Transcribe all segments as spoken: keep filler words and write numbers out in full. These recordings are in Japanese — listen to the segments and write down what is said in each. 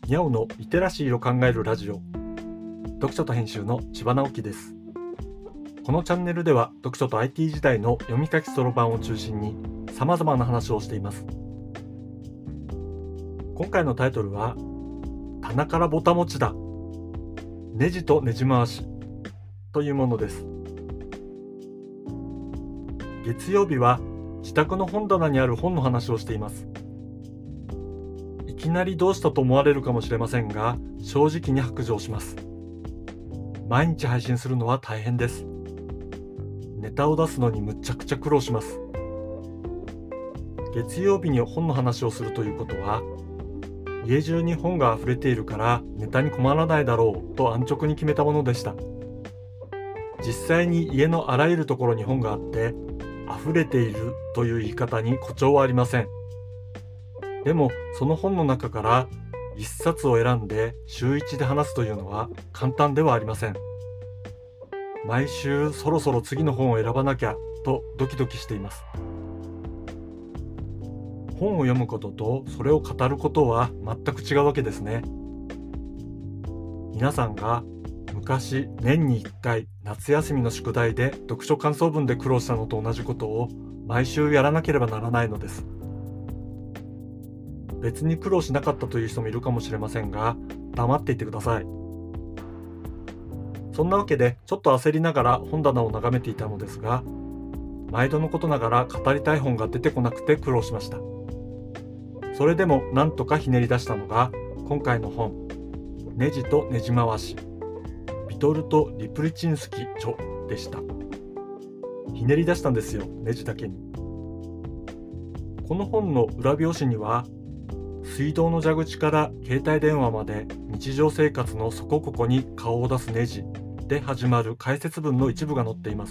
にゃおのリテラシーを考えるラジオ、読書と編集の千葉直樹です。このチャンネルでは読書と アイティー 時代の読み書きそろばんを中心に様々な話をしています。今回のタイトルは棚からぼたもちだ、ネジとネジ回しというものです。月曜日は自宅の本棚にある本の話をしています。いきなりどうしたと思われるかもしれませんが、正直に白状します。毎日配信するのは大変です。ネタを出すのにむちゃくちゃ苦労します。月曜日に本の話をするということは、家中に本が溢れているからネタに困らないだろうと安直に決めたものでした。実際に家のあらゆるところに本があって、溢れているという言い方に誇張はありません。でもその本の中から一冊を選んで週一で話すというのは簡単ではありません。毎週そろそろ次の本を選ばなきゃとドキドキしています。本を読むこととそれを語ることは全く違うわけですね。皆さんが昔年にいっかい夏休みの宿題で読書感想文で苦労したのと同じことを毎週やらなければならないのです。別に苦労しなかったという人もいるかもしれませんが、黙っていてください。そんなわけでちょっと焦りながら本棚を眺めていたのですが、毎度のことながら語りたい本が出てこなくて苦労しました。それでもなんとかひねり出したのが今回の本、ネジとネジ回し、ビトルト・リプリチンスキ著でした。ひねり出したんですよ、ネジだけに。この本の裏表紙には、水道の蛇口から携帯電話まで日常生活のそこここに顔を出すネジで始まる解説文の一部が載っています。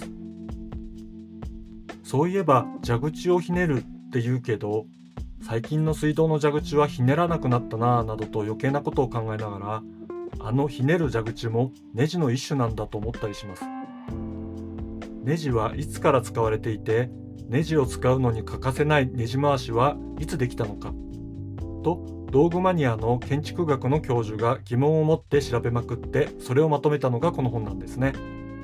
そういえば蛇口をひねるって言うけど、最近の水道の蛇口はひねらなくなったなぁなどと余計なことを考えながら、あのひねる蛇口もネジの一種なんだと思ったりします。ネジはいつから使われていて、ネジを使うのに欠かせないネジ回しはいつできたのかと、道具マニアの建築学の教授が疑問を持って調べまくって、それをまとめたのがこの本なんですね。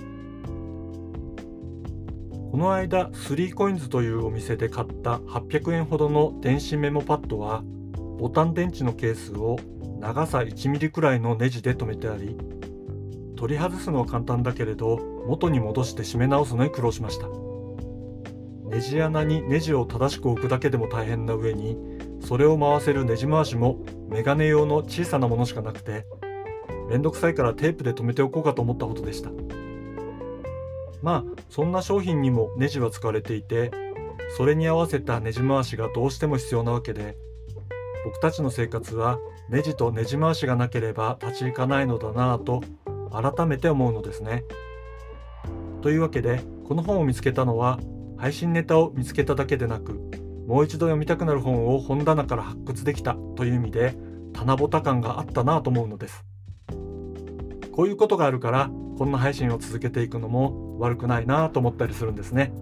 この間スリーコインズというお店で買ったはっぴゃくえんほどの電子メモパッドは、ボタン電池のケースを長さいちミリくらいのネジで留めてあり、取り外すのは簡単だけれど元に戻して締め直すのに苦労しました。ネジ穴にネジを正しく置くだけでも大変な上に、それを回せるネジ回しもメガネ用の小さなものしかなくて、めんどくさいからテープで留めておこうかと思ったほどでした。まあそんな商品にもネジは使われていて、それに合わせたネジ回しがどうしても必要なわけで、僕たちの生活はネジとネジ回しがなければ立ち行かないのだなぁと改めて思うのですね。というわけで、この本を見つけたのは配信ネタを見つけただけでなく、もう一度読みたくなる本を本棚から発掘できたという意味で棚ぼた感があったなぁと思うのです。こういうことがあるからこんな配信を続けていくのも悪くないなぁと思ったりするんですね。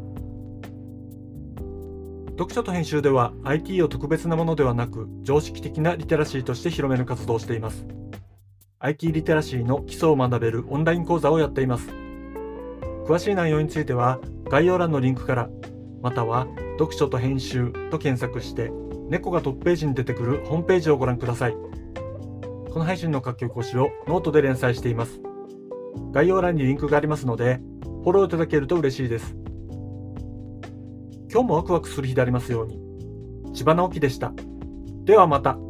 読書と編集では アイティー を特別なものではなく常識的なリテラシーとして広める活動をしています。アイティー リテラシーの基礎を学べるオンライン講座をやっています。詳しい内容については概要欄のリンクから、または読書と編集と検索して猫がトップページに出てくるホームページをご覧ください。この配信の書き起こしをノートで連載しています。概要欄にリンクがありますのでフォローいただけると嬉しいです。今日もワクワクする日でありますように。千葉直樹でした。ではまた。